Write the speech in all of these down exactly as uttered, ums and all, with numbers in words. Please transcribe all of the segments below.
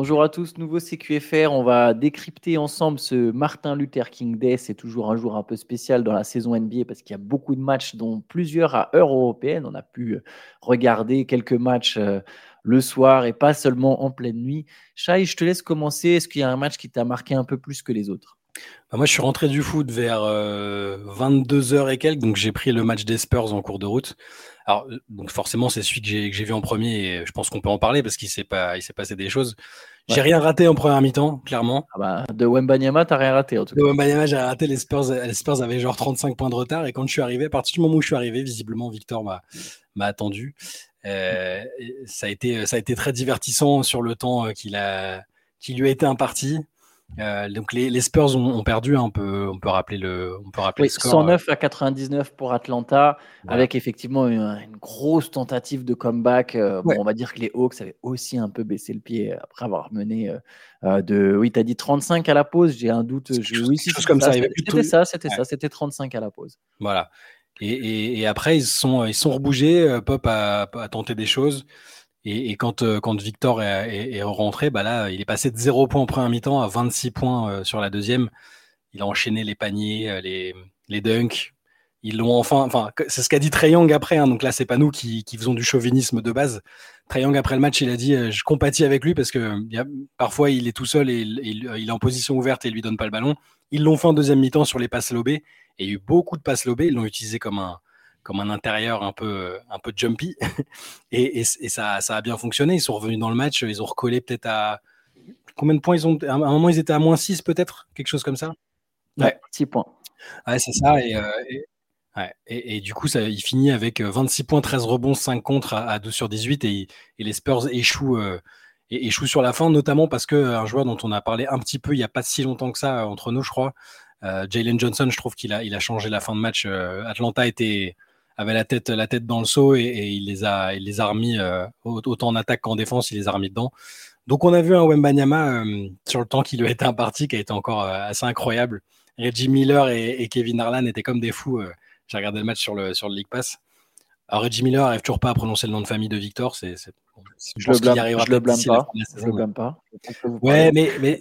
Bonjour à tous, nouveau C Q F R. On va décrypter ensemble ce Martin Luther King Day. C'est toujours un jour un peu spécial dans la saison N B A parce qu'il y a beaucoup de matchs, dont plusieurs à heure européenne. On a pu regarder quelques matchs euh, le soir et pas seulement en pleine nuit. Shai, je te laisse commencer. Est-ce qu'il y a un match qui t'a marqué un peu plus que les autres? Bah moi, je suis rentré du foot vers euh, vingt-deux heures et quelques, donc j'ai pris le match des Spurs en cours de route. Alors, donc forcément, c'est celui que j'ai, que j'ai vu en premier et je pense qu'on peut en parler parce qu'il s'est pas, il s'est passé des choses. J'ai Ouais. rien raté en première mi-temps, clairement. Ah bah, de Wembanyama, t'as rien raté en tout De cas. Wembanyama, j'ai raté. Les Spurs, les Spurs avaient genre trente-cinq points de retard et quand je suis arrivé, à partir du moment où je suis arrivé, visiblement, Victor m'a, m'a attendu. Euh, ça a été, ça a été très divertissant sur le temps qu'il a, qui lui a été imparti. Euh, donc les, les Spurs ont, ont perdu, hein, on peut, on peut rappeler le, on peut rappeler Oui, le score. cent neuf à quatre-vingt-dix-neuf pour Atlanta, Voilà. avec effectivement une, une grosse tentative de comeback. Euh, Ouais. bon, on va dire que les Hawks avaient aussi un peu baissé le pied après avoir mené euh, de. Oui, tu as dit trente-cinq à la pause, j'ai un doute. Quelque Je... chose, Oui, quelque si, chose c'était comme ça. ça. Il y avait C'était plutôt... ça, c'était Ouais. ça, c'était trente-cinq à la pause. Voilà. Et, et, et après, ils sont, ils sont rebougés. Pop a, a tenté des choses. Et, et quand, quand Victor est, est, est rentré, bah là, il est passé de zéro point en première mi-temps à vingt-six points sur la deuxième. Il a enchaîné les paniers, les, les dunks. Ils l'ont enfin, enfin, c'est ce qu'a dit Trae Young après. Hein, donc là, c'est pas nous qui, qui faisons du chauvinisme de base. Trae Young après le match, il a dit, je compatis avec lui parce que y a, parfois il est tout seul et il, il, il est en position ouverte et il lui donne pas le ballon. Ils l'ont fait en deuxième mi-temps sur les passes lobées et il y a eu beaucoup de passes lobées. Ils l'ont utilisé comme un, comme un intérieur un peu, un peu jumpy et, et, et ça, ça a bien fonctionné. Ils sont revenus dans le match. Ils ont recollé peut-être à combien de points ils ont. À un moment, ils étaient à moins six peut-être, quelque chose comme ça. Ouais, six points. Ouais, c'est ça. Et, euh, et, ouais. et, et du coup, ça, il finit avec vingt-six points, treize rebonds, cinq contre à, à douze sur dix-huit. Et, et les Spurs échouent, euh, et, échouent sur la fin, notamment parce qu'un joueur dont on a parlé un petit peu il n'y a pas si longtemps que ça entre nous, je crois, euh, Jalen Johnson, je trouve qu'il a, il a changé la fin de match. Euh, Atlanta était, avait la tête, la tête dans le seau et, et il, les a, il les a remis, euh, autant en attaque qu'en défense, il les a remis dedans. Donc on a vu un Wembanyama euh, sur le temps qui lui a été imparti, qui a été encore euh, assez incroyable. Reggie Miller et, et Kevin Harlan étaient comme des fous. Euh, j'ai regardé le match sur le, sur le League Pass. Alors Reggie Miller n'arrive toujours pas à prononcer le nom de famille de Victor. C'est, c'est, bon, je, Je pense le qu'il y blâme, arrivera je le peut-être blâme d'ici la fin pas. de la Je le saison. blâme pas. Vous ouais, mais, mais,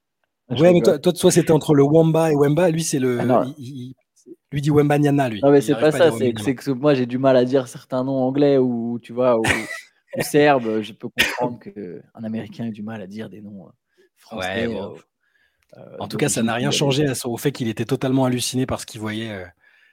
je ouais, mais rigole. toi, toi, toi, c'était entre le Wamba et Wemba. Lui, c'est le. Ah non. Il, il, lui dit Wembanyama, lui. Non, mais Il c'est n'arrive pas pas à ça. dire C'est, Wembanyama. c'est que moi, j'ai du mal à dire certains noms anglais ou, tu vois, ou, ou serbes. Je peux comprendre qu'un Américain ait du mal à dire des noms français. Ouais, bon. Euh, euh, En tout cas, ça d'origine n'a rien congolaise. changé au fait qu'il était totalement halluciné par ce qu'il voyait, euh,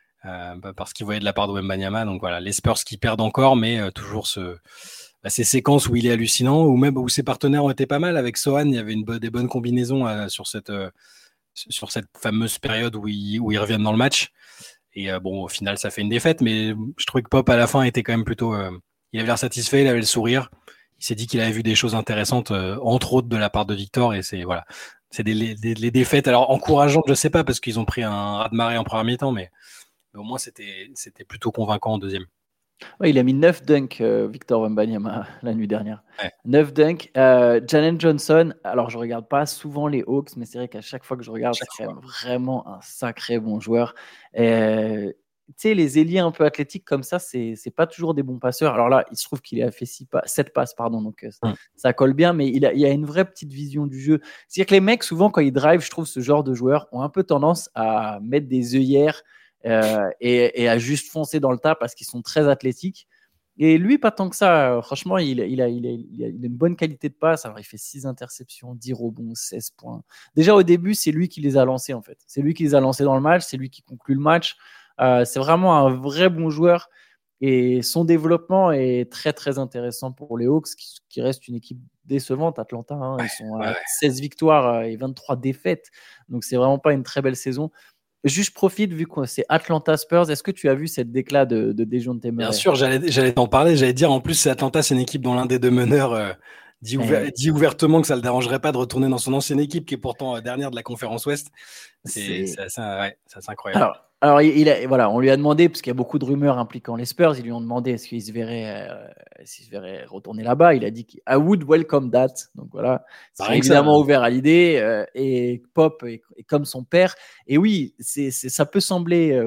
euh, par ce qu'il voyait de la part de Wembanyama. Donc voilà, les Spurs qui perdent encore, mais euh, toujours ce, bah, ces séquences où il est hallucinant, ou même où ses partenaires ont été pas mal. Avec Sohan, il y avait une, des bonnes combinaisons euh, sur cette, euh, sur cette fameuse période où ils, où ils reviennent dans le match. Et euh, bon, au final, ça fait une défaite, mais je trouvais que Pop à la fin était quand même plutôt. Euh, il avait l'air satisfait, il avait le sourire. Il s'est dit qu'il avait vu des choses intéressantes, euh, entre autres de la part de Victor. Et c'est voilà, c'est des, les, les défaites. Alors encourageantes, je sais pas, parce qu'ils ont pris un raz-de-marée en première mi-temps, mais, mais au moins c'était, c'était plutôt convaincant en deuxième. Ouais, il a mis neuf dunks, euh, Victor Wembanyama, la nuit dernière. Ouais. neuf dunks. Euh, Jalen Johnson, alors je regarde pas souvent les Hawks, mais c'est vrai qu'à chaque fois que je regarde, Chaque c'est quand fois. même vraiment un sacré bon joueur. Euh, tu sais, les ailiers un peu athlétiques comme ça, c'est, c'est pas toujours des bons passeurs. Alors là, il se trouve qu'il a fait six pas, sept passes, pardon, donc euh, Hum. ça colle bien, mais il a, il a une vraie petite vision du jeu. C'est-à-dire que les mecs, souvent, quand ils drivent, je trouve ce genre de joueurs ont un peu tendance à mettre des œillères euh, et, et à juste foncer dans le tas parce qu'ils sont très athlétiques. Et lui, pas tant que ça. Franchement, il, il, a, il, a, il, a, il a une bonne qualité de passe. Alors, il fait six interceptions, dix rebonds, seize points. Déjà, au début, c'est lui qui les a lancés, en fait. C'est lui qui les a lancés dans le match. C'est lui qui conclut le match. Euh, c'est vraiment un vrai bon joueur. Et son développement est très, très intéressant pour les Hawks, qui, qui reste une équipe décevante, Atlanta. Hein. Ils sont à Ouais, ouais. seize victoires et vingt-trois défaites. Donc, c'est vraiment pas une très belle saison. Juste, je profite, vu que c'est Atlanta Spurs, est-ce que tu as vu cette déclat de, de Dejounte Murray? Bien sûr, j'allais, j'allais t'en parler. J'allais dire, en plus, c'est Atlanta, c'est une équipe dont l'un des deux meneurs euh, dit, ouver- Eh, dit ouvertement que ça ne le dérangerait pas de retourner dans son ancienne équipe, qui est pourtant euh, dernière de la conférence Ouest. C'est, c'est... c'est, assez, ouais, c'est assez incroyable. Alors, alors il, il a, voilà, on lui a demandé, parce qu'il y a beaucoup de rumeurs impliquant les Spurs, ils lui ont demandé est-ce qu'il se verrait, euh, s'il se verrait retourner là-bas. Il a dit I would welcome that. Donc voilà, il Bah, serait rien que ça. évidemment ouvert à l'idée. Euh, et Pop est, est comme son père. Et oui, c'est, c'est, ça peut sembler euh,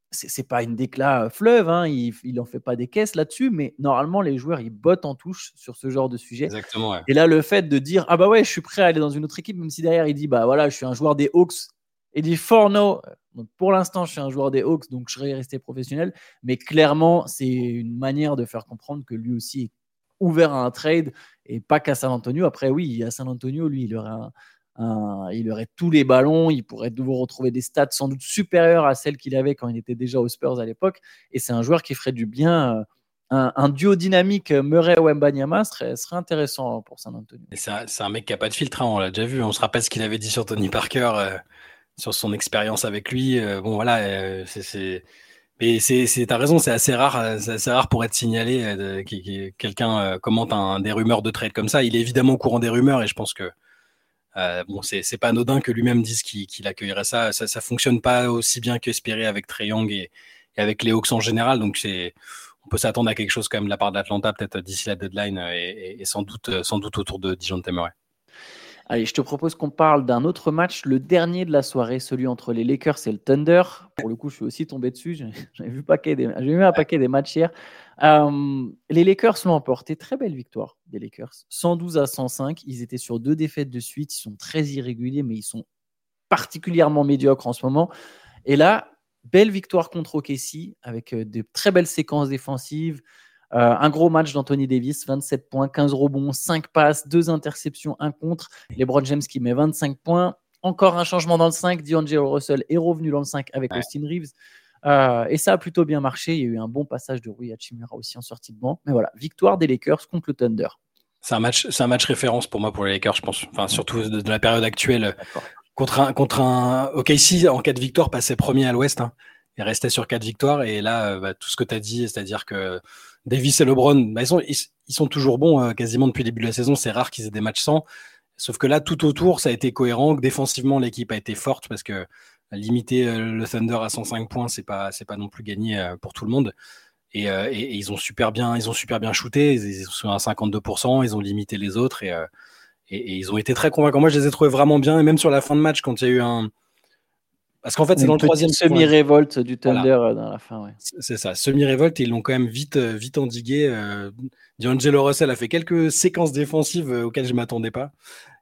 c'est, c'est pas une déclat fleuve, hein, il, il en fait pas des caisses là-dessus, mais normalement, les joueurs, ils bottent en touche sur ce genre de sujet. Exactement, ouais. Et là, le fait de dire, ah bah ouais, je suis prêt à aller dans une autre équipe, même si derrière, il dit, bah voilà, je suis un joueur des Hawks, il dit for no. Donc pour l'instant, je suis un joueur des Hawks, donc je serai resté professionnel. Mais clairement, c'est une manière de faire comprendre que lui aussi est ouvert à un trade et pas qu'à San Antonio. Après, oui, à San Antonio, lui, il aurait, un, un, il aurait tous les ballons, il pourrait devoir retrouver des stats sans doute supérieures à celles qu'il avait quand il était déjà aux Spurs à l'époque. Et c'est un joueur qui ferait du bien. Un, un duo dynamique Murray-Wembanyama serait, serait intéressant pour San Antonio. Et c'est, un, c'est un mec qui n'a pas de filtre, hein, on l'a déjà vu. On se rappelle ce qu'il avait dit sur Tony Parker, euh, sur son expérience avec lui. Euh, bon, voilà, euh, c'est... c'est... Mais c'est, c'est, t'as raison, c'est assez rare, c'est assez rare pour être signalé. Euh, qui, qui, quelqu'un euh, commente un, des rumeurs de trade comme ça. Il est évidemment au courant des rumeurs et je pense que euh, bon, c'est, c'est pas anodin que lui-même dise qu'il, qu'il accueillerait ça. ça. Ça fonctionne pas aussi bien qu'espéré avec Trae Young et, et avec les Hawks en général. Donc c'est, on peut s'attendre à quelque chose quand même de la part d'Atlanta, peut-être d'ici la deadline et, et, et sans doute, sans doute autour de Dejounte Murray. Allez, je te propose qu'on parle d'un autre match, le dernier de la soirée, celui entre les Lakers et le Thunder. Pour le coup, je suis aussi tombé dessus. J'ai, j'ai vu, paquet des, j'ai vu un paquet des matchs hier. Euh, les Lakers l'ont emporté. Très belle victoire des Lakers. cent douze à cent cinq. Ils étaient sur deux défaites de suite. Ils sont très irréguliers, mais ils sont particulièrement médiocres en ce moment. Et là, belle victoire contre O K C avec de très belles séquences défensives. Euh, un gros match d'Anthony Davis, vingt-sept points, quinze rebonds, cinq passes, deux interceptions, un contre. LeBron James qui met vingt-cinq points. Encore un changement dans le cinq. D'Angelo Russell est revenu dans le cinq avec ouais. Austin Reeves. Euh, et ça a plutôt bien marché. Il y a eu un bon passage de Rui Hachimura aussi en sortie de banc. Mais voilà, victoire des Lakers contre le Thunder. C'est un match, c'est un match référence pour moi pour les Lakers, je pense. Enfin, surtout de, de la période actuelle. D'accord. Contre un, contre un O K C, en cas de victoire, passait premier à l'Ouest. Hein. Il restait sur quatre victoires. Et là, bah, tout ce que tu as dit, c'est-à-dire que Davis et LeBron, bah, ils, sont, ils, ils sont toujours bons euh, quasiment depuis le début de la saison. C'est rare qu'ils aient des matchs sans. Sauf que là, tout autour, ça a été cohérent. Défensivement, l'équipe a été forte parce que limiter euh, le Thunder à cent cinq points, c'est pas, c'est pas non plus gagné euh, pour tout le monde. Et, euh, et, et ils ont super bien, ils ont super bien shooté. Ils, ils sont à cinquante-deux pour cent. Ils ont limité les autres et, euh, et, et ils ont été très convaincants. Moi, je les ai trouvés vraiment bien. Et même sur la fin de match, quand il y a eu un Parce qu'en fait, c'est une dans le troisième semi-révolte du Thunder voilà. Dans la fin. Ouais. C'est ça, semi-révolte, et ils l'ont quand même vite, vite endigué. Euh, D'Angelo Russell a fait quelques séquences défensives auxquelles je ne m'attendais pas.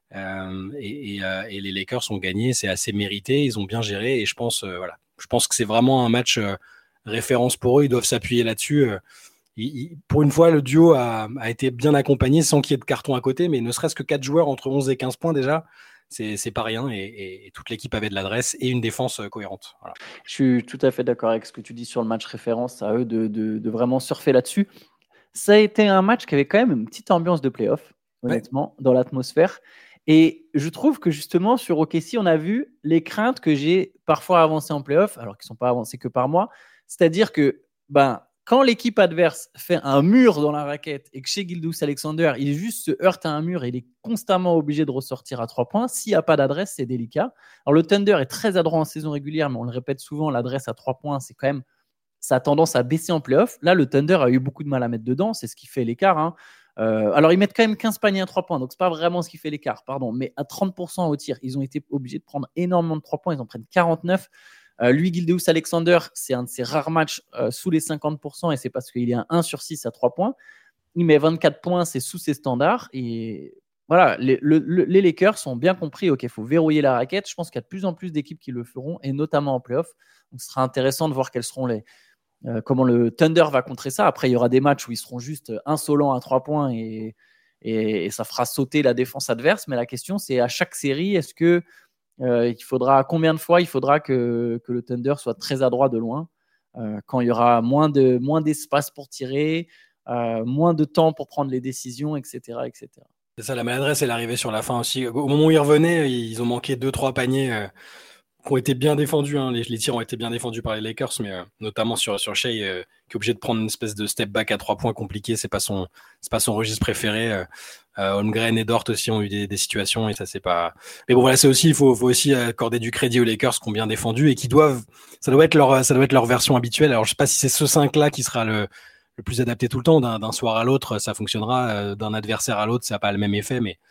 Euh, et, et, euh, et les Lakers ont gagné, c'est assez mérité, ils ont bien géré. Et je pense, euh, voilà, je pense que c'est vraiment un match euh, référence pour eux. Ils doivent s'appuyer là-dessus. Euh, il, il, pour une fois, le duo a, a été bien accompagné sans qu'il y ait de carton à côté, mais ne serait-ce que quatre joueurs entre onze et quinze points déjà. C'est, c'est pas rien et, et, et toute l'équipe avait de l'adresse et une défense cohérente. Voilà. Je suis tout à fait d'accord avec ce que tu dis sur le match référence, à eux de, de, de vraiment surfer là-dessus. Ça a été un match qui avait quand même une petite ambiance de play-off, honnêtement, ouais. dans l'atmosphère. Et je trouve que justement sur O K C, on a vu les craintes que j'ai parfois avancées en play-off, alors qu'ils ne sont pas avancées que par moi. C'est-à-dire que ben, quand l'équipe adverse fait un mur dans la raquette et que chez Gilgeous-Alexander, il juste se heurte à un mur et il est constamment obligé de ressortir à trois points, s'il n'y a pas d'adresse, c'est délicat. Alors le Thunder est très adroit en saison régulière, mais on le répète souvent, l'adresse à trois points, c'est quand même, ça a tendance à baisser en play-off. Là, le Thunder a eu beaucoup de mal à mettre dedans, c'est ce qui fait l'écart. Hein. Euh, alors, ils mettent quand même quinze paniers à trois points, donc ce n'est pas vraiment ce qui fait l'écart, pardon. Mais à trente pour cent au tir, ils ont été obligés de prendre énormément de trois points, ils en prennent quarante-neuf. Euh, lui, Gilgeous-Alexander, c'est un de ses rares matchs euh, sous les cinquante pour cent et c'est parce qu'il est un un sur six à trois points. Il met vingt-quatre points, c'est sous ses standards. Et voilà, les, le, le, les Lakers ont bien compris, ok, il faut verrouiller la raquette. Je pense qu'il y a de plus en plus d'équipes qui le feront, et notamment en play-off. Donc, ce sera intéressant de voir quels seront les, euh, comment le Thunder va contrer ça. Après, il y aura des matchs où ils seront juste insolents à trois points et, et, et ça fera sauter la défense adverse. Mais la question, c'est à chaque série, est-ce que Euh, il faudra combien de fois il faudra que, que le Thunder soit très adroit de loin euh, quand il y aura moins, de, moins d'espace pour tirer, euh, moins de temps pour prendre les décisions, et cetera, et cetera. C'est ça, la maladresse, elle est arrivée sur la fin aussi. Au moment où ils revenaient, ils ont manqué deux trois paniers euh, qui ont été bien défendus. Hein. Les, les tirs ont été bien défendus par les Lakers, mais euh, notamment sur, sur Shai, euh, qui est obligé de prendre une espèce de step back à trois points compliqué. C'est pas son, c'est pas son registre préféré. Euh, euh, Holmgren et Dort aussi ont eu des, des situations et ça c'est pas. Mais bon voilà, c'est aussi il faut, faut aussi accorder du crédit aux Lakers qui ont bien défendu et qui doivent. Ça doit être leur, ça doit être leur version habituelle. Alors je sais pas si c'est ce cinq là qui sera le le plus adapté tout le temps. D'un, d'un soir à l'autre, ça fonctionnera. Euh, d'un adversaire à l'autre, ça n'a pas le même effet, mais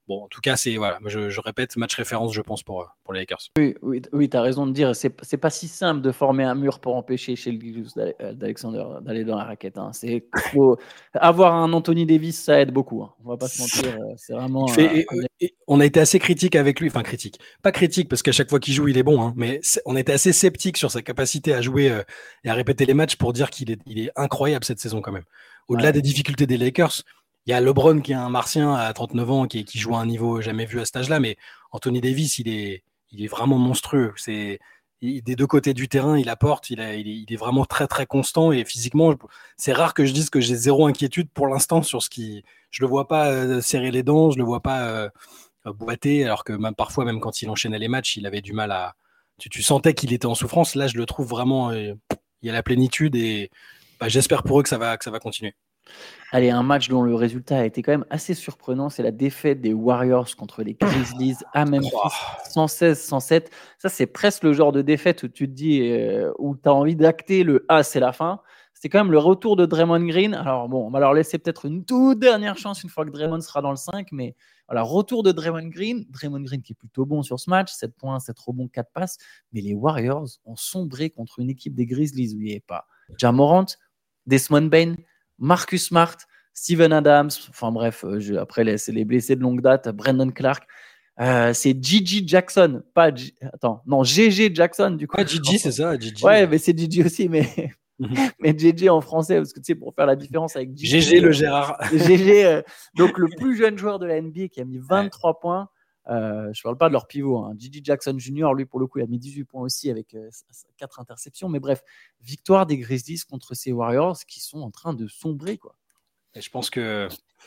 bon, en tout cas, c'est voilà, je, je répète, match référence, je pense pour pour les Lakers. Oui, oui, oui, tu as raison de dire, c'est c'est pas si simple de former un mur pour empêcher chez le Gilgeous d'Alexander d'aller dans la raquette. Hein. C'est faut avoir un Anthony Davis, ça aide beaucoup. Hein. On va pas se mentir, c'est vraiment. Il fait, un... et, et on a été assez critique avec lui, enfin critique, pas critique parce qu'à chaque fois qu'il joue, il est bon, hein, mais on était assez sceptique sur sa capacité à jouer euh, et à répéter les matchs pour dire qu'il est, il est incroyable cette saison quand même. Au-delà ouais. des difficultés des Lakers, il y a LeBron qui est un martien à trente-neuf ans qui, qui joue à un niveau jamais vu à cet âge-là, mais Anthony Davis, il est, il est vraiment monstrueux. C'est il, des deux côtés du terrain, il apporte, il, a, il, est, il est vraiment très très constant et physiquement, c'est rare que je dise que j'ai zéro inquiétude pour l'instant sur ce qui, je le vois pas euh, serrer les dents, je le vois pas euh, boiter, alors que même parfois même quand il enchaînait les matchs, il avait du mal à, tu, tu sentais qu'il était en souffrance. Là, je le trouve vraiment, euh, il y a la plénitude et bah, j'espère pour eux que ça va que ça va continuer. Allez, un match dont le résultat a été quand même assez surprenant, c'est la défaite des Warriors contre les Grizzlies à Memphis, cent seize cent sept. Ça, c'est presque le genre de défaite où tu te dis, euh, où tu as envie d'acter le « Ah, c'est la fin ». C'était quand même le retour de Draymond Green. Alors bon, on va leur laisser peut-être une toute dernière chance une fois que Draymond sera dans le cinq, mais voilà, retour de Draymond Green. Draymond Green qui est plutôt bon sur ce match, sept points, sept rebonds, quatre passes. Mais les Warriors ont sombré contre une équipe des Grizzlies où il n'y avait pas Ja Morant, Desmond Bane, Marcus Smart, Steven Adams, enfin bref, je, après les, c'est les blessés de longue date, Brandon Clark, euh, c'est Gigi Jackson, pas G, attends, non, G G Jackson du coup. Ouais, Gigi, c'est ça, Gigi. Ouais, mais c'est Gigi aussi, mais mm-hmm. mais G G en français, parce que tu sais, pour faire la différence avec Gigi. G G le Gérard. G G, euh, donc le plus jeune joueur de la N B A qui a mis vingt-trois ouais. points. Euh, je ne parle pas de leur pivot. Hein. Gigi Jackson Junior, lui, pour le coup, il a mis dix-huit points aussi avec euh, quatre interceptions. Mais bref, victoire des Grizzlies contre ces Warriors qui sont en train de sombrer, quoi. Et je pense que,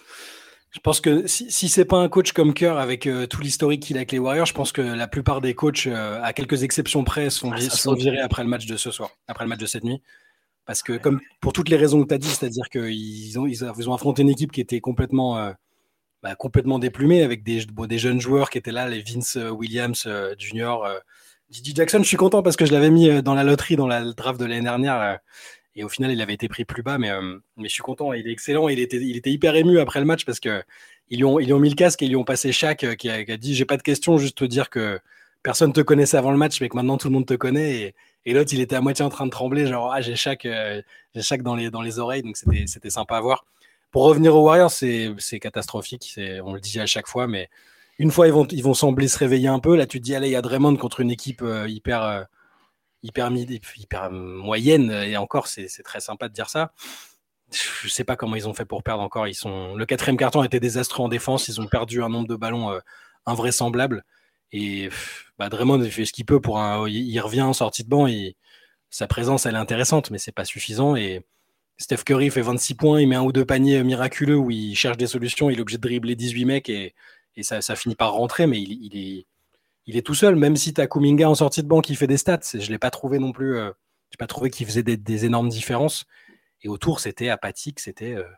je pense que si, si ce n'est pas un coach comme Kerr avec euh, tout l'historique qu'il a avec les Warriors, je pense que la plupart des coachs, euh, à quelques exceptions près, sont, ah, sont virés après le match de ce soir, après le match de cette nuit. Parce que, comme pour toutes les raisons que tu as dit, c'est-à-dire qu'ils ont, ils ont affronté une équipe qui était complètement. Euh, Bah, complètement déplumé avec des, bon, des jeunes joueurs qui étaient là, les Vince Williams euh, Junior, euh, Gigi Jackson. Je suis content parce que je l'avais mis euh, dans la loterie dans la draft de l'année dernière euh, et au final il avait été pris plus bas, mais, euh, mais je suis content. Il est excellent. Il était, il était hyper ému après le match parce que ils lui ont, ils lui ont mis le casque et ils lui ont passé Shaq euh, qui, a, qui a dit j'ai pas de questions, juste te dire que personne te connaissait avant le match, mais que maintenant tout le monde te connaît. Et, et l'autre il était à moitié en train de trembler, genre ah j'ai Shaq, euh, j'ai Shaq dans les dans les oreilles, donc c'était c'était sympa à voir. Pour revenir aux Warriors, c'est, c'est catastrophique. C'est, on le dit à chaque fois, mais une fois, ils vont, ils vont sembler se réveiller un peu. Là, tu te dis, allez, il y a Draymond contre une équipe euh, hyper, euh, hyper, hyper moyenne. Et encore, c'est, c'est très sympa de dire ça. Je ne sais pas comment ils ont fait pour perdre encore. Ils sont... Le quatrième carton était désastreux en défense. Ils ont perdu un nombre de ballons euh, invraisemblable. Et bah, Draymond, il fait ce qu'il peut pour un... Il revient en sortie de banc. Et sa présence, elle est intéressante, mais c'est pas suffisant. Et Steph Curry fait vingt-six points, il met un ou deux paniers miraculeux où il cherche des solutions, il est obligé de dribbler dix-huit mecs et, et ça, ça finit par rentrer, mais il, il, est, il est tout seul, même si tu as Kuminga en sortie de banc qui fait des stats. Je ne l'ai pas trouvé non plus, euh, je n'ai pas trouvé qu'il faisait des, des énormes différences. Et autour, c'était apathique, c'était... Euh,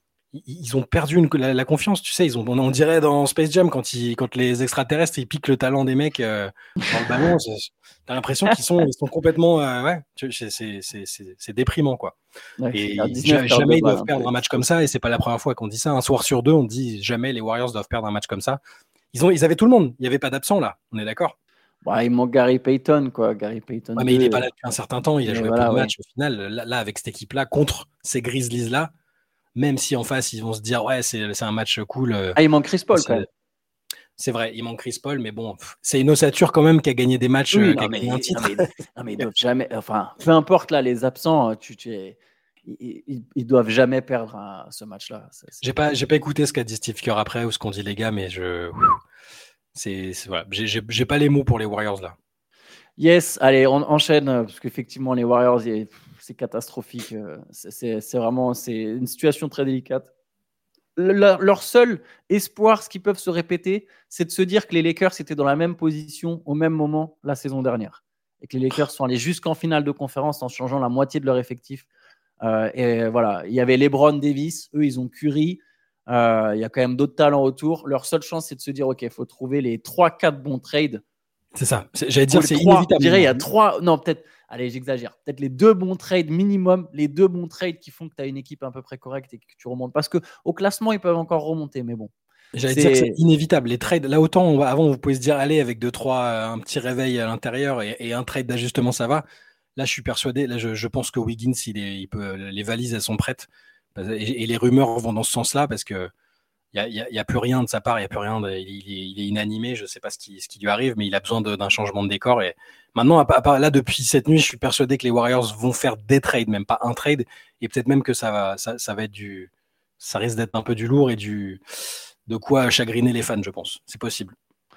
ils ont perdu une, la, la confiance, tu sais, ils ont, on dirait dans Space Jam quand, ils, quand les extraterrestres ils piquent le talent des mecs euh, dans le ballon, t'as l'impression qu'ils sont, ils sont complètement, euh, ouais, c'est, c'est, c'est, c'est, c'est déprimant quoi. Ouais, et jamais, jamais ils doivent perdre un match comme ça, et c'est pas la première fois qu'on dit ça. Un soir sur deux, on dit jamais les Warriors doivent perdre un match comme ça. Ils ont, ils avaient tout le monde, il y avait pas d'absent là, on est d'accord. Bah, il manque Gary Payton quoi, Gary Payton. Ouais, mais il est pas là depuis un certain temps, il a joué voilà, peu de matchs ouais. Au final. Là, là, avec cette équipe là contre ces Grizzlies là. Même si en face, ils vont se dire, ouais, c'est, c'est un match cool. Ah, il manque Chris Paul, quand même. C'est vrai, il manque Chris Paul, mais bon, c'est une ossature quand même qui a gagné des matchs, oui, euh, qui a gagné un titre. Non, mais, non, mais ils doivent jamais, enfin, peu importe là, les absents, tu, tu es, ils, ils, ils doivent jamais perdre un, ce match-là. C'est, c'est... J'ai pas, j'ai pas écouté ce qu'a dit Steve Kerr après ou ce qu'ont dit les gars, mais je, c'est, c'est voilà, j'ai, j'ai, j'ai pas les mots pour les Warriors là. Yes, allez, on enchaîne parce qu'effectivement les Warriors, c'est catastrophique. C'est, c'est, c'est vraiment, c'est une situation très délicate. Leur, leur seul espoir, ce qu'ils peuvent se répéter, c'est de se dire que les Lakers étaient dans la même position au même moment la saison dernière. Et que les Lakers sont allés jusqu'en finale de conférence en changeant la moitié de leur effectif. Euh, et voilà, il y avait LeBron Davis, eux, ils ont Curry. Euh, il y a quand même d'autres talents autour. Leur seule chance, c'est de se dire, OK, il faut trouver les trois quatre bons trades. C'est ça. C'est, j'allais dire, c'est trois, inévitable. Je dirais, il y a trois, non, peut-être, allez, j'exagère. Peut-être les deux bons trades minimum, les deux bons trades qui font que tu as une équipe à peu près correcte et que tu remontes. Parce qu'au classement, ils peuvent encore remonter, mais bon. J'allais c'est... dire que c'est inévitable. Les trades, là autant on va, avant vous pouvez se dire allez avec deux trois euh, un petit réveil à l'intérieur et, et un trade d'ajustement ça va. Là je suis persuadé, là je, je pense que Wiggins il est, il peut, les valises elles sont prêtes et, et les rumeurs vont dans ce sens-là parce que il y a, y a, y a plus rien de sa part, il y a plus rien, de, il, il, est, il, est, inanimé. Je sais pas ce qui, ce qui lui arrive, mais il a besoin de, d'un changement de décor. Et maintenant, à, à, là depuis cette nuit, je suis persuadé que les Warriors vont faire des trades, même pas un trade, et peut-être même que ça va, ça, ça va être du, ça risque d'être un peu du lourd et du de quoi chagriner les fans, je pense. C'est possible.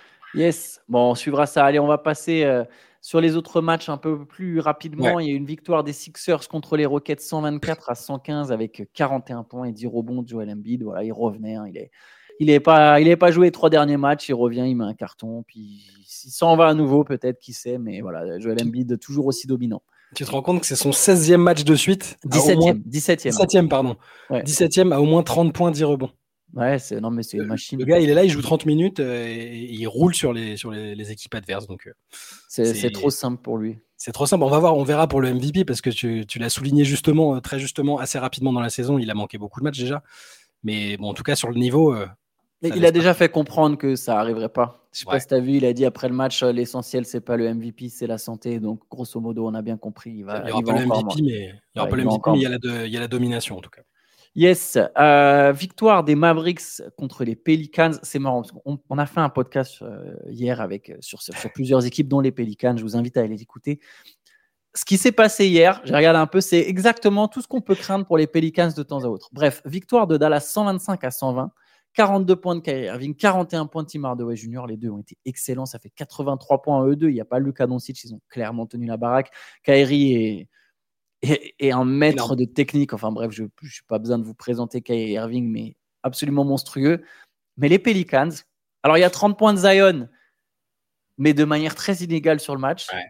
Yes. Bon, on suivra ça. Allez, on va passer euh, sur les autres matchs un peu plus rapidement. Ouais. Il y a eu une victoire des Sixers contre les Rockets cent vingt-quatre à cent quinze avec quarante et un points et dix rebonds de Joel Embiid. Voilà, il revenait. Hein, il est, il n'est pas, il n'est pas joué les trois derniers matchs. Il revient, il met un carton. Puis s'il s'en va à nouveau, peut-être, qui sait. Mais voilà, Joel Embiid toujours aussi dominant. Tu te rends compte que c'est son seizième match de suite. dix-septième. Moins... dix-septième. dix-septième, pardon. Ouais. dix-septième à au moins trente points, dix rebonds. Ouais, c'est, non, mais c'est une machine. Le gars, il est là, il joue trente minutes euh, et, et il roule sur les, sur les, les équipes adverses. Donc, euh, c'est, c'est, c'est trop simple pour lui. C'est trop simple. On va voir, on verra pour le M V P parce que tu, tu l'as souligné justement, très justement, assez rapidement dans la saison. Il a manqué beaucoup de matchs déjà. Mais bon, en tout cas, sur le niveau. Euh, mais il a déjà fait comprendre que ça n'arriverait pas. Je ne sais ouais. pas si tu as vu, il a dit après le match, l'essentiel, ce n'est pas le M V P, c'est la santé. Donc, grosso modo, on a bien compris. Il va, il y aura il pas va le M V P, encore, mais il y aura ouais, pas le M V P, mais il y a la, de, il y a la domination en tout cas. Yes, euh, victoire des Mavericks contre les Pelicans. C'est marrant parce qu'on on a fait un podcast euh, hier avec sur, sur, sur plusieurs équipes, dont les Pelicans. Je vous invite à aller l'écouter. Ce qui s'est passé hier, j'ai regardé un peu, c'est exactement tout ce qu'on peut craindre pour les Pelicans de temps à autre. Bref, victoire de Dallas cent vingt-cinq à cent vingt, quarante-deux points de Kyrie Irving, quarante et un points de Tim Hardaway junior Les deux ont été excellents. Ça fait quatre-vingt-trois points à eux deux. Il n'y a pas Luka Doncic, ils ont clairement tenu la baraque. Kyrie est Et, et un maître non. de technique. Enfin bref, je n'ai pas besoin de vous présenter Kyrie Irving, mais absolument monstrueux. Mais les Pelicans, alors il y a trente points de Zion, mais de manière très inégale sur le match. Ouais.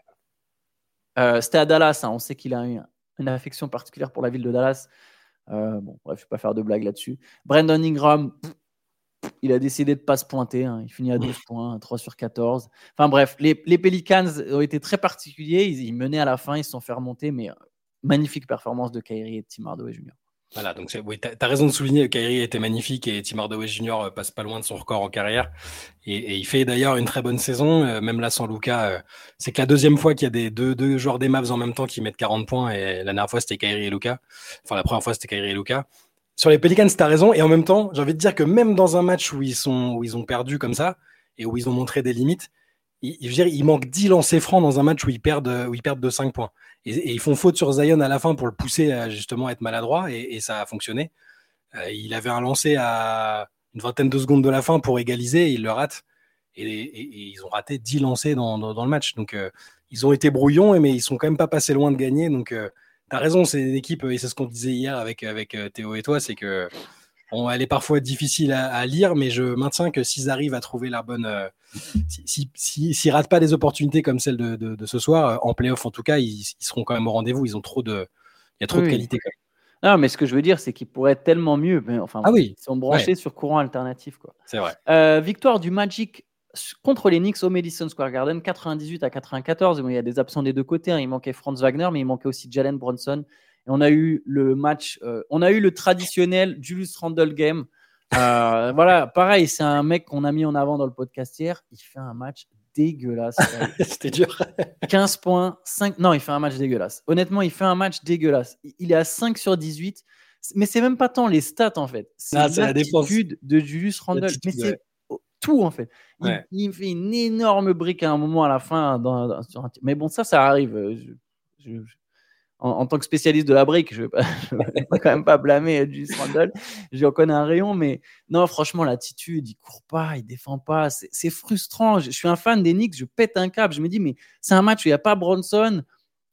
Euh, c'était à Dallas, hein. On sait qu'il a une, une affection particulière pour la ville de Dallas. Euh, bon, bref, je ne vais pas faire de blague là-dessus. Brandon Ingram, pff, pff, il a décidé de ne pas se pointer. Hein. Il finit à douze points, trois sur quatorze. Enfin bref, les, les Pelicans ont été très particuliers. Ils, ils menaient à la fin, ils se sont fait remonter, mais magnifique performance de Kyrie et de Tim Hardaway junior Voilà, donc c'est, oui, tu as raison de souligner que Kyrie était magnifique et Tim Hardaway junior passe pas loin de son record en carrière. Et, et il fait d'ailleurs une très bonne saison, euh, même là sans Luka. Euh, c'est que la deuxième fois qu'il y a des deux, deux joueurs des Mavs en même temps qui mettent quarante points, et la dernière fois c'était Kyrie et Luka. Enfin, la première fois c'était Kyrie et Luka. Sur les Pelicans, tu as raison. Et en même temps, j'ai envie de dire que même dans un match où ils, sont, où ils ont perdu comme ça et où ils ont montré des limites, il, je veux dire, il manque dix lancers francs dans un match où ils perdent, où ils perdent de cinq points. Et, et ils font faute sur Zion à la fin pour le pousser à justement être maladroit, et, et ça a fonctionné. Euh, il avait un lancé à une vingtaine de secondes de la fin pour égaliser, et il le rate. Et, et, et ils ont raté dix lancés dans, dans, dans le match. Donc, euh, ils ont été brouillons, mais ils sont quand même pas passés loin de gagner. Donc, euh, tu as raison, c'est une équipe, et c'est ce qu'on disait hier avec, avec Théo et toi, c'est que bon, elle est parfois difficile à, à lire, mais je maintiens que s'ils arrivent à trouver la bonne... Euh, s'ils si, si, si, ratent pas des opportunités comme celle de, de, de ce soir, en play-off en tout cas, ils, ils seront quand même au rendez-vous. Ils ont trop de... Il y a trop oui. de qualité quand même. Non, mais ce que je veux dire, c'est qu'ils pourraient être tellement mieux. Mais enfin, ah oui. Ils sont branchés ouais. sur courant alternatif. Quoi. C'est vrai. Euh, victoire du Magic contre les Knicks au Madison Square Garden, quatre-vingt-dix-huit à quatre-vingt-quatorze. Il y a des absents des deux côtés. Hein. Il manquait Franz Wagner, mais il manquait aussi Jalen Brunson. Et on a eu le match, euh, on a eu le traditionnel Julius Randle game. Euh, voilà, pareil, c'est un mec qu'on a mis en avant dans le podcast hier. Il fait un match dégueulasse. C'était dur. quinze points, cinq. Non, il fait un match dégueulasse. Honnêtement, il fait un match dégueulasse. Il est à cinq sur dix-huit. Mais c'est même pas tant les stats, en fait. C'est ah, l'attitude de Julius Randle. Mais c'est ouais. tout, en fait. Il, ouais. il fait une énorme brique à un moment à la fin. Dans, dans, sur un... Mais bon, ça, ça arrive. Je, je, je... En, en tant que spécialiste de la brique, je ne vais, vais quand même pas blâmer Julius Randle. Je en connais un rayon, mais non, franchement, l'attitude, il court pas, il défend pas. C'est, c'est frustrant. Je, je suis un fan des Knicks, je pète un câble. Je me dis, mais c'est un match où il n'y a pas Bronson.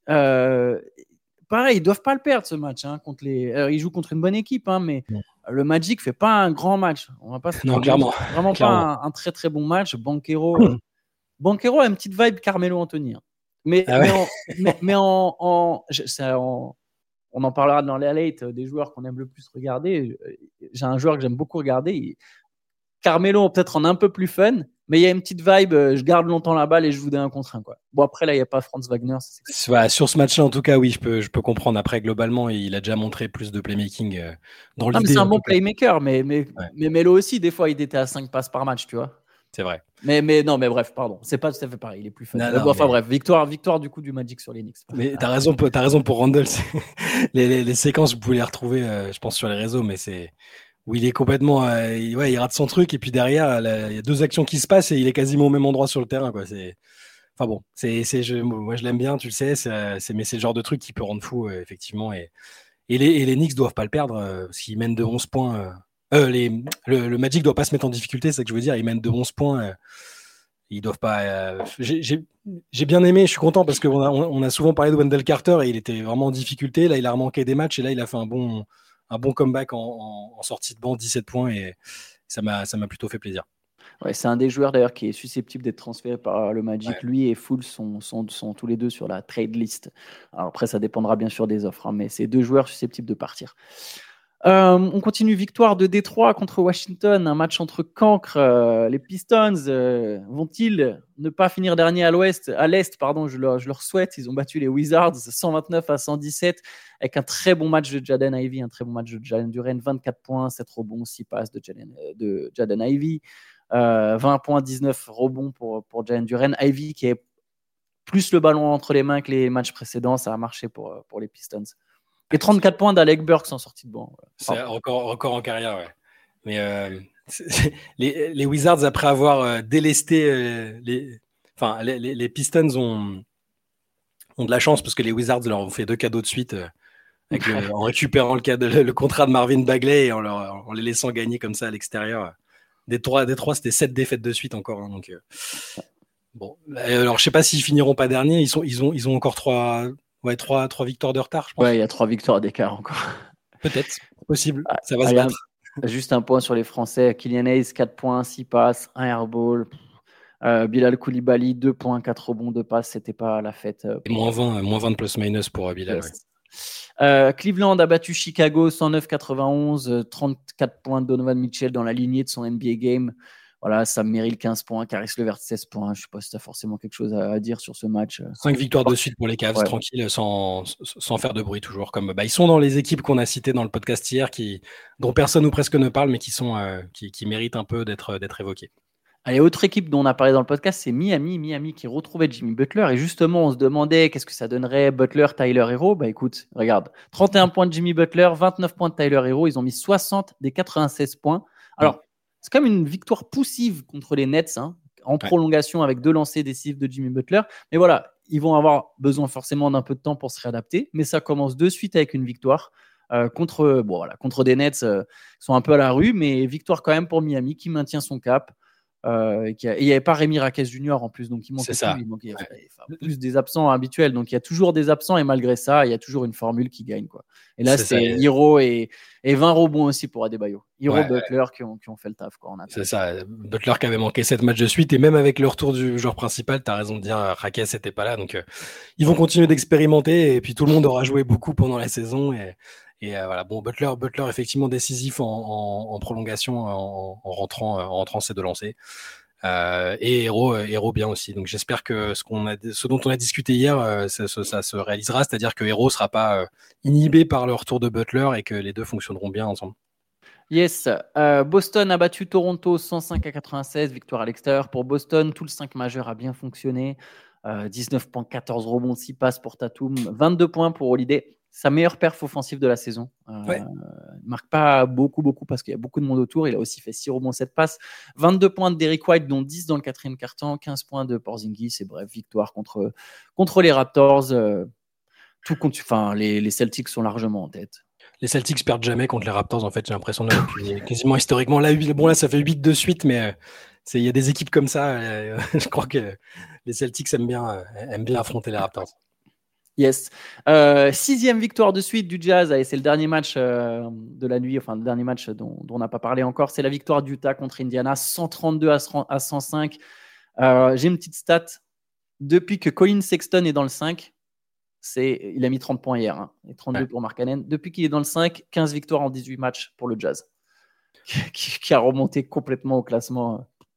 Euh, pareil, ils ne doivent pas le perdre, ce match. Hein, contre les... Alors, ils jouent contre une bonne équipe, hein, mais non. Le Magic ne fait pas un grand match. On va pas se non, clairement. Vraiment clairement. pas un, un très, très bon match. Banchero, euh... Banchero a une petite vibe Carmelo Anthony. Hein. Mais, ah ouais. mais, en, mais, mais en, en, ça, en, on en parlera dans les highlights des joueurs qu'on aime le plus regarder. J'ai un joueur que j'aime beaucoup regarder. Il, Carmelo, peut-être en un peu plus fun, Mais il y a une petite vibe, euh, je garde longtemps la balle et je vous donne un contre un, quoi. Bon, après, là, il n'y a pas Franz Wagner. C'est... Bah, sur ce match-là, en tout cas, oui, je peux, je peux comprendre. Après, globalement, il a déjà montré plus de playmaking euh, dans Non, l'idée. mais c'est un en bon tout cas. playmaker, mais, mais, Ouais. mais Melo aussi, des fois, il était à cinq passes par match, tu vois. C'est vrai. Mais, mais non, mais bref, pardon. C'est pas tout à fait pareil. Il est plus fun. Non, Euh, non, bon, enfin, mais... bref, victoire, victoire du coup du Magic sur les Knicks. Mais t'as raison, pour- t'as raison pour Randle. les, les, les séquences, vous pouvez les retrouver, euh, je pense, sur les réseaux, mais c'est où il est complètement, euh, il, ouais, il rate son truc et puis derrière, là, il y a deux actions qui se passent et il est quasiment au même endroit sur le terrain, quoi. C'est, enfin bon, c'est, c'est, je, moi je l'aime bien, tu le sais, c'est, c'est, mais c'est le genre de truc qui peut rendre fou, euh, effectivement. Et, et les, et les Knicks doivent pas le perdre euh, parce qu'ils mènent de onze points. Euh, euh, les, le, le Magic doit pas se mettre en difficulté, c'est ça que je veux dire. Ils mènent de onze points. Euh, ils doivent pas. Euh, j'ai, j'ai, j'ai bien aimé, je suis content parce qu'on a, on a souvent parlé de Wendell Carter et il était vraiment en difficulté. Là, il a remanqué des matchs et là, il a fait un bon, un bon comeback en, en, en sortie de banc, dix-sept points et ça m'a, ça m'a plutôt fait plaisir. Ouais, c'est un des joueurs d'ailleurs qui est susceptible d'être transféré par le Magic. Ouais. Lui et Fultz sont, sont, sont tous les deux sur la trade list. Alors après, ça dépendra bien sûr des offres, hein, mais c'est deux joueurs susceptibles de partir. Euh, on continue, victoire de Détroit contre Washington, un match entre cancres. Euh, les Pistons euh, vont-ils ne pas finir dernier à l'ouest, à l'est, pardon, je leur, je leur souhaite. Ils ont battu les Wizards cent vingt-neuf à cent dix-sept avec un très bon match de Jaden Ivey, un très bon match de Jalen Duren, vingt-quatre points, sept rebonds, six passes de Jaden, de Jaden Ivey, euh, vingt points, dix-neuf rebonds pour, pour Jalen Duren. Ivey qui est plus le ballon entre les mains que les matchs précédents, ça a marché pour, pour les Pistons. Et trente-quatre points d'Alec Burks en sortie de banc. C'est encore, encore en carrière, ouais. Mais euh, les, les Wizards, après avoir euh, délesté euh, les, enfin, les, les, les Pistons ont, ont de la chance parce que les Wizards leur ont fait deux cadeaux de suite euh, avec le, en récupérant le, cadeau, le, le contrat de Marvin Bagley et en, leur, en les laissant gagner comme ça à l'extérieur. Des trois, des trois c'était sept défaites de suite encore. Hein, donc, euh, bon, alors je sais pas s'ils finiront pas dernier. Ils, sont, ils, ont, ils ont encore trois, ouais, trois, trois victoires de retard, je pense. Ouais, il y a trois victoires d'écart encore. Peut-être, possible. Ah, ça va allez, se battre. Un, juste un point sur les Français. Kylian Hayes, quatre points, six passes, un airball. Euh, Bilal Koulibaly, deux points, quatre rebonds, deux passes. C'était pas la fête. Euh, pour... moins, vingt, moins vingt de plus-minus pour Bilal. Yes. Ouais. Euh, Cleveland a battu Chicago cent neuf à quatre-vingt-onze, trente-quatre points de Donovan Mitchell dans la lignée de son N B A game. Voilà, Sam Merrill quinze points, Caris Levert seize points. Je ne sais pas si tu as forcément quelque chose à dire sur ce match. cinq victoires de suite pour les Cavs, ouais. Tranquille, sans, sans faire de bruit toujours. Comme, bah, ils sont dans les équipes qu'on a citées dans le podcast hier, qui, dont personne ou presque ne parle, mais qui, sont, euh, qui, qui méritent un peu d'être, d'être évoquées. Allez, autre équipe dont on a parlé dans le podcast, c'est Miami. Miami qui retrouvait Jimmy Butler. Et justement, on se demandait qu'est-ce que ça donnerait Butler, Tyler Hero. Bah écoute, regarde, trente et un points de Jimmy Butler, vingt-neuf points de Tyler Hero. Ils ont mis soixante des quatre-vingt-seize points. Alors, ouais. C'est comme une victoire poussive contre les Nets, hein, en prolongation avec deux lancers décisifs de Jimmy Butler. Mais voilà, ils vont avoir besoin forcément d'un peu de temps pour se réadapter. Mais ça commence de suite avec une victoire. Euh, contre, bon, voilà, contre des Nets euh, qui sont un peu à la rue, mais victoire quand même pour Miami qui maintient son cap. Euh, et il n'y avait pas Rémi Raquez Junior en plus, donc il manquait, ça. Plus, il manquait ouais. enfin, plus des absents habituels. Donc il y a toujours des absents et malgré ça, il y a toujours une formule qui gagne, quoi. Et là, c'est, c'est Hero et, et vingt rebonds aussi pour Adebayo. Hero, ouais, Butler ouais. qui, ont, qui ont fait le taf, quoi. C'est ça. Butler qui avait manqué sept matchs de suite et même avec le retour du joueur principal, tu as raison de dire Raquez n'était pas là. Donc euh, ils vont continuer d'expérimenter et puis tout le monde aura joué beaucoup pendant la saison. Et, Et euh, voilà, bon, Butler, Butler effectivement décisif en, en, en prolongation, en, en rentrant, en rentrant ses deux lancers. Euh, et Hero, Hero bien aussi. Donc j'espère que ce qu'on a, ce dont on a discuté hier, euh, ça, ça, ça se réalisera, c'est-à-dire que Hero sera pas euh, inhibé par le retour de Butler et que les deux fonctionneront bien ensemble. Yes, euh, Boston a battu Toronto cent cinq à quatre-vingt-seize, victoire à l'extérieur pour Boston. Tout le cinq majeur a bien fonctionné. Euh, dix-neuf points, quatorze rebonds, six passes pour Tatum, vingt-deux points pour Holiday. Sa meilleure perf offensive de la saison. Euh, ouais. Il marque pas beaucoup, beaucoup parce qu'il y a beaucoup de monde autour. Il a aussi fait six rebonds, sept passes. vingt-deux points de Derrick White, dont dix dans le quatrième quart-temps. quinze points de Porzingis. Et bref, victoire contre, contre les Raptors. Euh, tout compte, enfin, les, les Celtics sont largement en tête. Les Celtics perdent jamais contre les Raptors, en fait, j'ai l'impression de depuis quasiment historiquement. Là, bon, là, ça fait huit de suite, mais il y a des équipes comme ça. Euh, je crois que les Celtics aiment bien, euh, aiment bien affronter les Raptors. Yes. Euh, sixième victoire de suite du Jazz, et c'est le dernier match euh, de la nuit, enfin le dernier match dont, dont on n'a pas parlé encore, c'est la victoire d'Utah contre Indiana, cent trente-deux à cent cinq. Euh, j'ai une petite stat. Depuis que Colin Sexton est dans le cinq, c'est, il a mis trente points hier, hein, et trente-deux ouais. pour Markkanen. Depuis qu'il est dans le cinq, quinze victoires en dix-huit matchs pour le Jazz, qui, qui a remonté complètement au classement.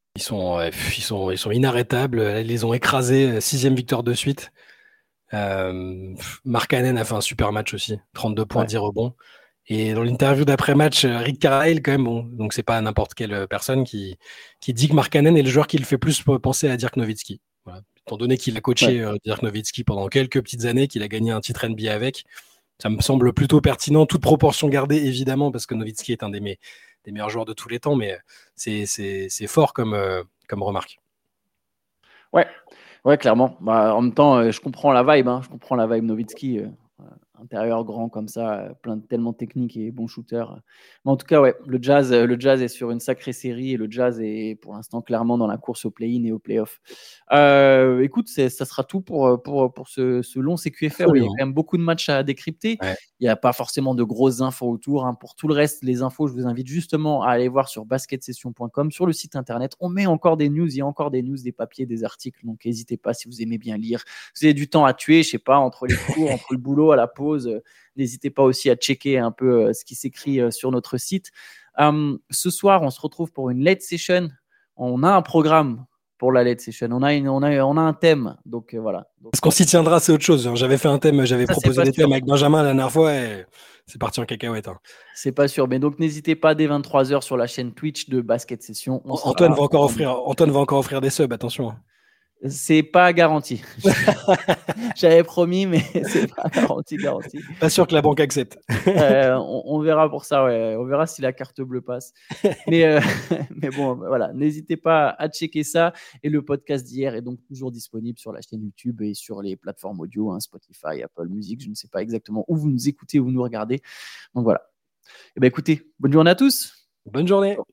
Ils sont, euh, ils sont, ils sont inarrêtables. Ils les ont écrasés. Sixième victoire de suite. Euh, Markkanen a fait un super match aussi. trente-deux points, Ouais. dix rebonds. Et dans l'interview d'après-match, Rick Carlisle, quand même, bon, donc c'est pas n'importe quelle personne qui, qui dit que Markkanen est le joueur qui le fait plus penser à Dirk Nowitzki. Voilà. Étant donné qu'il a coaché Ouais. euh, Dirk Nowitzki pendant quelques petites années, qu'il a gagné un titre N B A avec, ça me semble plutôt pertinent, toute proportion gardée évidemment, parce que Nowitzki est un des, me- des meilleurs joueurs de tous les temps, mais c'est, c'est, c'est fort comme, euh, comme remarque. Ouais, ouais, clairement. Bah, en même temps, euh, je comprends la vibe. Hein. Je comprends la vibe Nowitzki. Euh, intérieur grand comme ça, euh, plein de tellement technique et bon shooter. Mais en tout cas, ouais, le Jazz, euh, le Jazz est sur une sacrée série et le Jazz est pour l'instant clairement dans la course au play-in et au play-off. Euh, écoute, c'est, ça sera tout pour, pour, pour ce, ce long C Q F R où il y a Absolument. quand même beaucoup de matchs à décrypter. Ouais. Il n'y a pas forcément de grosses infos autour. Hein. Pour tout le reste, les infos, je vous invite justement à aller voir sur basket session point com, sur le site internet. On met encore des news, il y a encore des news, des papiers, des articles. Donc n'hésitez pas si vous aimez bien lire. Vous avez du temps à tuer, je sais pas, entre les cours, entre le boulot, à la pause. Euh, N'hésitez pas aussi à checker un peu euh, ce qui s'écrit euh, sur notre site. Euh, ce soir, on se retrouve pour une late session. On a un programme pour la late session. On a, une, on a, on a un thème. Donc euh, voilà. Donc, Est-ce qu'on s'y tiendra, c'est autre chose. J'avais fait un thème, j'avais ça, c'est proposé pas des sûr. thèmes avec Benjamin la dernière fois et c'est parti en cacahuète. Hein. C'est pas sûr. Mais donc, n'hésitez pas dès vingt-trois heures sur la chaîne Twitch de Basket Session. On Antoine sera va encore en... offrir, Antoine va encore offrir des subs, attention. C'est pas garanti. J'avais promis, mais c'est pas garanti, garanti. Pas sûr que la banque accepte. euh, on, on verra pour ça, ouais. On verra si la carte bleue passe. Mais, euh, mais bon, voilà, n'hésitez pas à checker ça. Et le podcast d'hier est donc toujours disponible sur la chaîne YouTube et sur les plateformes audio, hein, Spotify, Apple Music. Je ne sais pas exactement où vous nous écoutez, où vous nous regardez. Donc voilà. Et ben écoutez, bonne journée à tous. Bonne journée.